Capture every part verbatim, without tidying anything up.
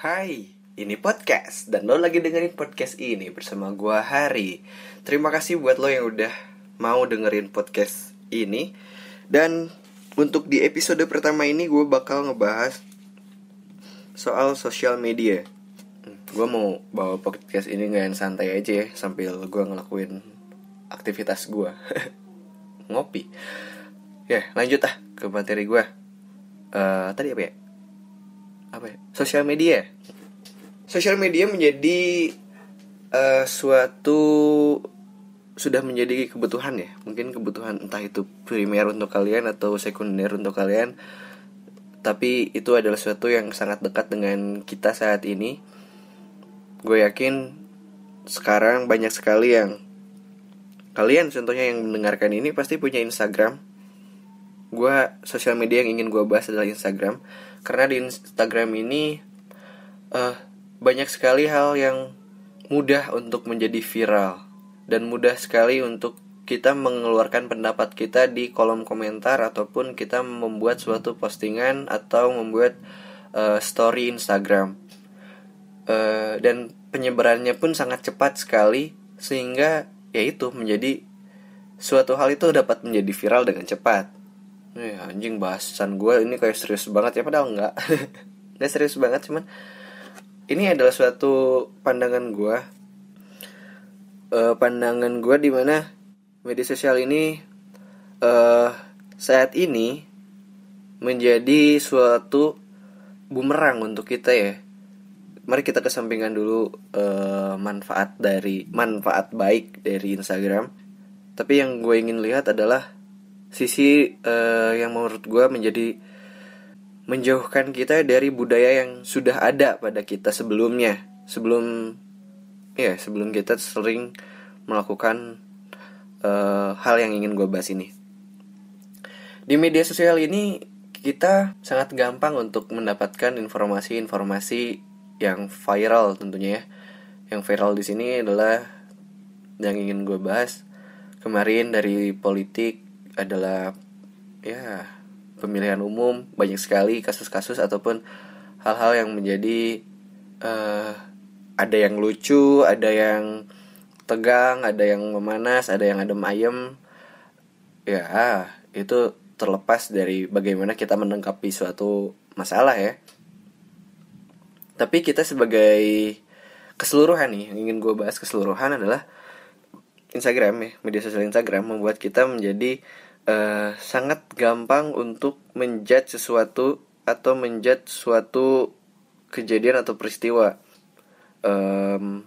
Hai, ini podcast dan lo lagi dengerin podcast ini bersama gua Hari. Terima kasih buat lo yang udah mau dengerin podcast ini. Dan untuk di episode pertama ini gue bakal ngebahas soal sosial media. Gue mau bawa podcast ini gak yang santai aja ya, sambil gue ngelakuin aktivitas gue ngopi. Ya lanjut ah ke materi gue. uh, Tadi apa ya? Apa ya? Sosial media. Sosial media menjadi uh, suatu sudah menjadi kebutuhan ya. Mungkin kebutuhan entah itu primer untuk kalian atau sekunder untuk kalian. Tapi itu adalah sesuatu yang sangat dekat dengan kita saat ini. Gue yakin sekarang banyak sekali yang kalian contohnya yang mendengarkan ini pasti punya Instagram. Gue sosial media yang ingin gue bahas adalah Instagram. Karena di Instagram ini uh, banyak sekali hal yang mudah untuk menjadi viral. Dan mudah sekali untuk kita mengeluarkan pendapat kita di kolom komentar. Ataupun kita membuat suatu postingan atau membuat uh, story Instagram. uh, Dan penyebarannya pun sangat cepat sekali. Sehingga ya itu menjadi suatu hal itu dapat menjadi viral dengan cepat. Eh, anjing bahasan gue ini kayak serius banget ya, padahal enggak. Enggak serius banget, cuman ini adalah suatu pandangan gue. Uh, pandangan gue di mana media sosial ini uh, saat ini menjadi suatu bumerang untuk kita ya. Mari kita kesampingkan dulu uh, manfaat dari manfaat baik dari Instagram. Tapi yang gue ingin lihat adalah sisi uh, yang menurut gue menjadi menjauhkan kita dari budaya yang sudah ada pada kita sebelumnya. Sebelum ya sebelum kita sering melakukan uh, hal yang ingin gue bahas ini. Di media sosial ini kita sangat gampang untuk mendapatkan informasi-informasi yang viral tentunya ya. Yang viral di sini adalah yang ingin gue bahas kemarin dari politik adalah ya pemilihan umum, banyak sekali kasus-kasus ataupun hal-hal yang menjadi uh, ada yang lucu, ada yang tegang, ada yang memanas, ada yang adem ayem. Ya itu terlepas dari bagaimana kita menanggapi suatu masalah ya. Tapi kita sebagai keseluruhan nih, yang ingin gue bahas keseluruhan adalah Instagram ya, media sosial Instagram membuat kita menjadi Uh, sangat gampang untuk menjudge sesuatu atau menjudge suatu kejadian atau peristiwa, um,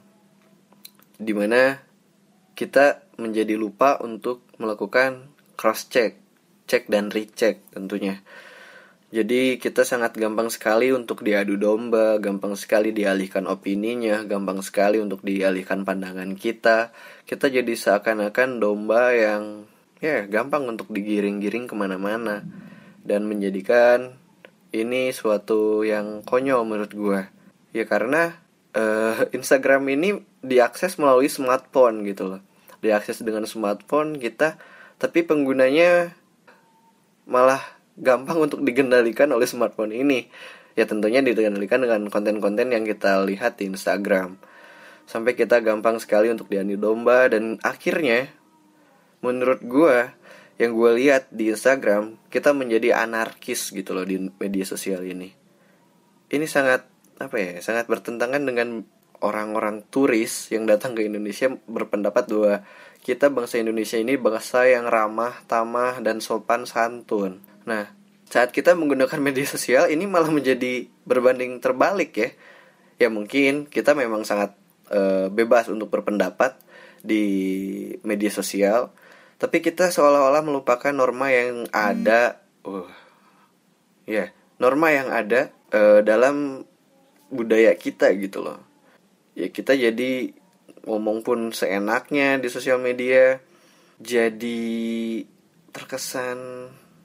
dimana kita menjadi lupa untuk melakukan cross check, cek dan recheck tentunya. Jadi kita sangat gampang sekali untuk diadu domba, gampang sekali dialihkan opininya, gampang sekali untuk dialihkan pandangan kita. Kita jadi seakan-akan domba yang ya gampang untuk digiring-giring kemana-mana. Dan menjadikan ini suatu yang konyol menurut gue. Ya karena uh, Instagram ini diakses melalui smartphone gitu loh. Diakses dengan smartphone kita, tapi penggunanya malah gampang untuk dikendalikan oleh smartphone ini. Ya tentunya dikendalikan dengan konten-konten yang kita lihat di Instagram. Sampai kita gampang sekali untuk diadu domba. Dan akhirnya menurut gue, yang gue lihat di Instagram, kita menjadi anarkis gitu loh di media sosial ini. Ini sangat apa ya, sangat bertentangan dengan orang-orang turis yang datang ke Indonesia berpendapat bahwa kita bangsa Indonesia ini bangsa yang ramah, tamah, dan sopan santun. Nah, saat kita menggunakan media sosial ini malah menjadi berbanding terbalik ya. Ya mungkin kita memang sangat uh, bebas untuk berpendapat di media sosial, tapi kita seolah-olah melupakan norma yang ada, uh, ya yeah, norma yang ada uh, dalam budaya kita gitu loh. Ya kita jadi ngomong pun seenaknya di sosial media, jadi terkesan,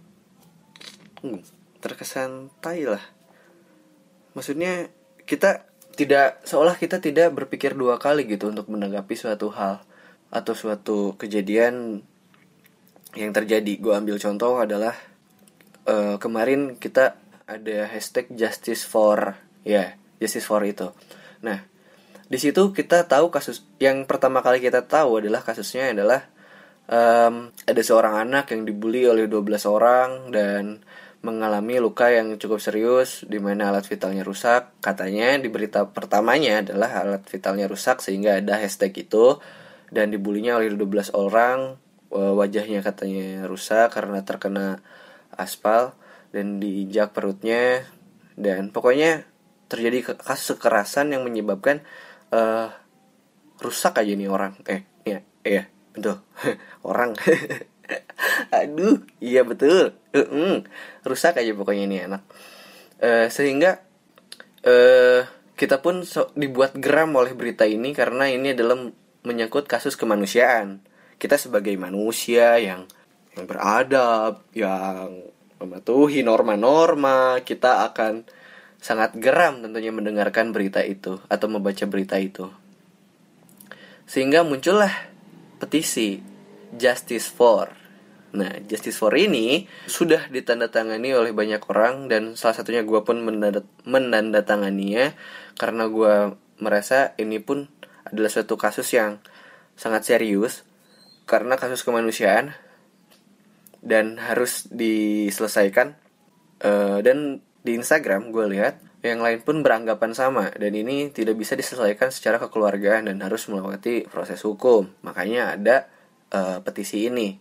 uh, terkesan tai lah. Maksudnya kita tidak, seolah kita tidak berpikir dua kali gitu untuk menanggapi suatu hal atau suatu kejadian yang terjadi. Gue ambil contoh adalah uh, kemarin kita ada hashtag justice for ya Justice for itu. Nah, di situ kita tahu kasus yang pertama kali kita tahu adalah kasusnya adalah um, ada seorang anak yang dibully oleh dua belas orang dan mengalami luka yang cukup serius di mana alat vitalnya rusak. Katanya di berita pertamanya adalah alat vitalnya rusak sehingga ada hashtag itu, dan dibulinya oleh dua belas orang. Wajahnya katanya rusak karena terkena aspal dan diinjak perutnya, dan pokoknya terjadi kasus kekerasan yang menyebabkan uh, rusak aja nih orang. Eh, iya, iya, betul. Orang. Aduh, iya betul. Uh-uh. Rusak aja pokoknya nih anak. Uh, sehingga uh, kita pun so, dibuat geram oleh berita ini karena ini adalah menyangkut kasus kemanusiaan. Kita sebagai manusia yang yang beradab, yang mematuhi norma-norma, kita akan sangat geram tentunya mendengarkan berita itu atau membaca berita itu. Sehingga muncullah petisi Justice for. Nah, Justice for ini sudah ditandatangani oleh banyak orang, dan salah satunya gue pun menandatanganinya karena gue merasa ini pun adalah suatu kasus yang sangat serius karena kasus kemanusiaan dan harus diselesaikan. Uh, dan di Instagram gue lihat yang lain pun beranggapan sama, dan ini tidak bisa diselesaikan secara kekeluargaan dan harus melewati proses hukum. Makanya ada uh, petisi ini.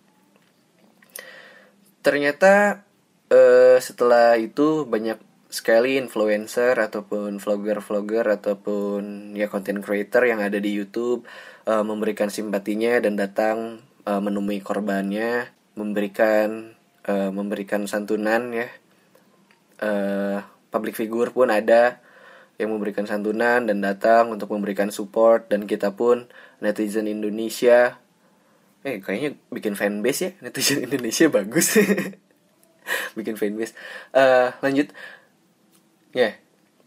Ternyata uh, setelah itu banyak sekali influencer ataupun vlogger-vlogger ataupun ya content creator yang ada di YouTube uh, memberikan simpatinya dan datang uh, menemui korbannya, memberikan uh, memberikan santunan ya. Uh, public figure pun ada yang memberikan santunan dan datang untuk memberikan support, dan kita pun netizen Indonesia eh kayaknya bikin fanbase ya, netizen Indonesia bagus. Bikin fanbase. Uh, lanjut ya. Yeah.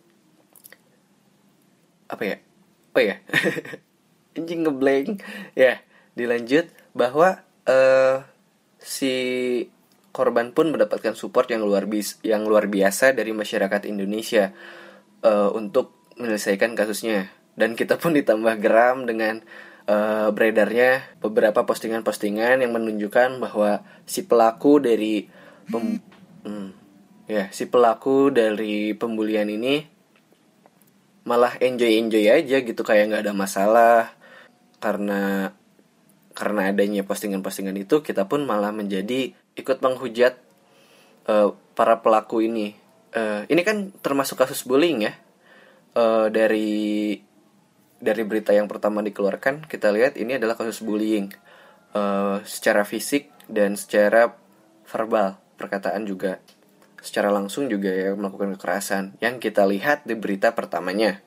Apa ya? Oh ya. Anjing ngeblank. Ya, yeah. Dilanjut bahwa uh, si korban pun mendapatkan support yang luar biasa, yang luar biasa dari masyarakat Indonesia uh, untuk menyelesaikan kasusnya. Dan kita pun ditambah geram dengan uh, beredarnya beberapa postingan-postingan yang menunjukkan bahwa si pelaku dari pem, hmm, ya si pelaku dari pembulian ini malah enjoy-enjoy aja gitu, kayak nggak ada masalah. Karena karena adanya postingan-postingan itu, kita pun malah menjadi ikut menghujat uh, para pelaku ini. Uh, ini kan termasuk kasus bullying ya. Uh, dari dari berita yang pertama dikeluarkan, kita lihat ini adalah kasus bullying uh, secara fisik dan secara verbal, perkataan juga. Secara langsung juga ya melakukan kekerasan yang kita lihat di berita pertamanya.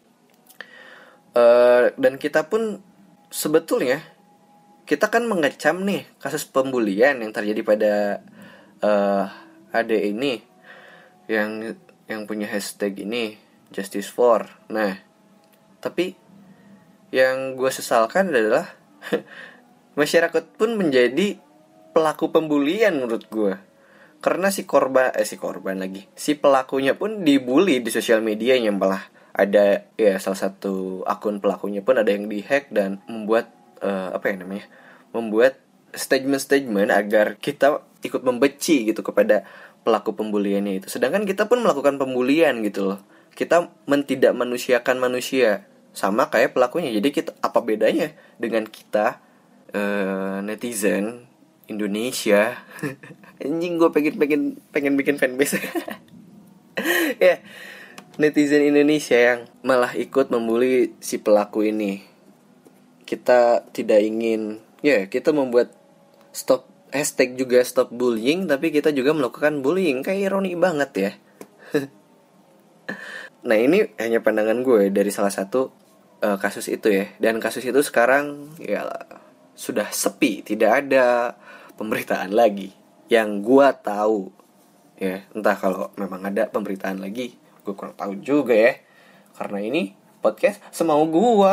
Uh, dan kita pun sebetulnya kita kan mengecam nih kasus pembulian yang terjadi pada uh, adek ini yang yang punya hashtag ini Justice for. Nah, tapi yang gue sesalkan adalah masyarakat pun menjadi pelaku pembulian menurut gue. Karena si korban eh si korban lagi, si pelakunya pun dibully di sosial media, yang malah ada ya salah satu akun pelakunya pun ada yang dihack dan membuat uh, apa ya namanya? membuat statement-statement agar kita ikut membenci gitu kepada pelaku pembuliannya itu. Sedangkan kita pun melakukan pembulian gitu loh. Kita men- tidak manusiakan manusia sama kayak pelakunya. Jadi kita apa bedanya dengan kita uh, netizen Indonesia? Anjing, gue pengen pengen pengen bikin fanbase. Ya, yeah. Netizen Indonesia yang malah ikut membuli si pelaku ini. Kita tidak ingin, ya yeah, kita membuat stop hashtag juga stop bullying, tapi kita juga melakukan bullying. Kayak ironi banget ya. Nah, ini hanya pandangan gue dari salah satu uh, kasus itu ya. Dan kasus itu sekarang ya sudah sepi, tidak ada pemberitaan lagi yang gue tahu ya. Entah kalau memang ada pemberitaan lagi, gue kurang tahu juga ya, karena ini podcast semau gue.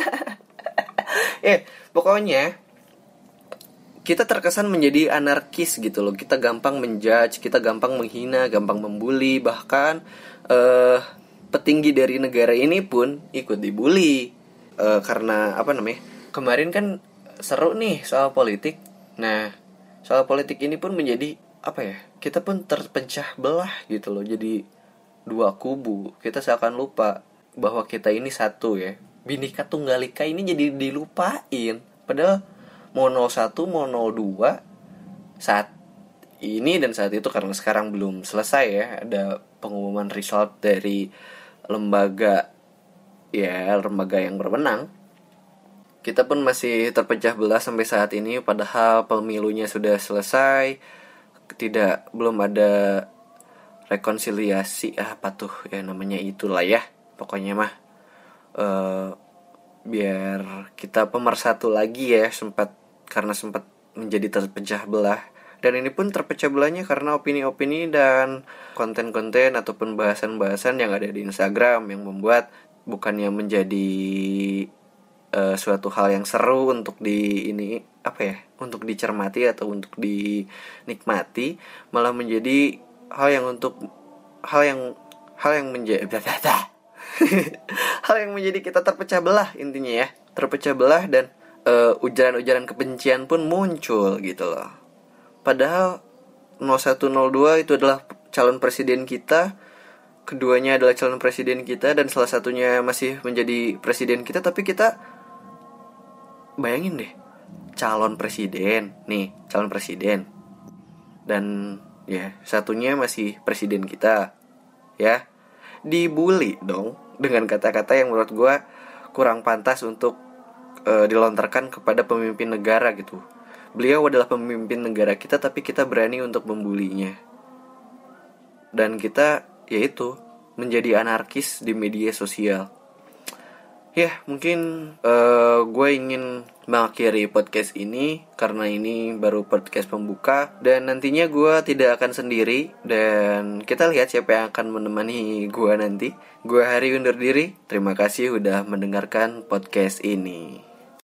Eh, pokoknya kita terkesan menjadi anarkis gitu loh. Kita gampang menjudge, kita gampang menghina, gampang membuli, bahkan uh, petinggi dari negara ini pun ikut dibully. E, karena apa namanya? Kemarin kan seru nih soal politik. Nah, soal politik ini pun menjadi apa ya? Kita pun terpecah belah gitu loh. Jadi dua kubu. Kita seakan lupa bahwa kita ini satu ya. Bhinneka Tunggal Ika ini jadi dilupain. Padahal mau nol satu, mau nol dua saat ini dan saat itu, karena sekarang belum selesai ya, ada pengumuman result dari lembaga ya lembaga yang berwenang. Kita pun masih terpecah belah sampai saat ini, padahal pemilunya sudah selesai, tidak belum ada rekonsiliasi apa tuh ya namanya itulah ya, pokoknya mah uh, biar kita pemersatu lagi ya, sempat karena sempat menjadi terpecah belah. Dan ini pun terpecah belahnya karena opini-opini dan konten-konten ataupun bahasan-bahasan yang ada di Instagram yang membuat bukannya menjadi uh, suatu hal yang seru untuk di ini apa ya, untuk dicermati atau untuk dinikmati, malah menjadi hal yang untuk hal yang hal yang menjadi hal yang menjadi kita terpecah belah intinya ya, terpecah belah dan uh, ujaran-ujaran kebencian pun muncul gitu loh. Padahal nol satu nol dua itu adalah calon presiden kita, keduanya adalah calon presiden kita, dan salah satunya masih menjadi presiden kita. Tapi kita bayangin deh, calon presiden nih, calon presiden, dan ya satunya masih presiden kita, ya dibully dong dengan kata-kata yang menurut gue kurang pantas untuk uh, dilontarkan kepada pemimpin negara gitu. Beliau adalah pemimpin negara kita, tapi kita berani untuk membulinya. Dan kita, yaitu, menjadi anarkis di media sosial. Ya, mungkin uh, gue ingin mengakhiri podcast ini, karena ini baru podcast pembuka. Dan nantinya gue tidak akan sendiri, dan kita lihat siapa yang akan menemani gue nanti. Gue Hari undur diri, terima kasih udah mendengarkan podcast ini.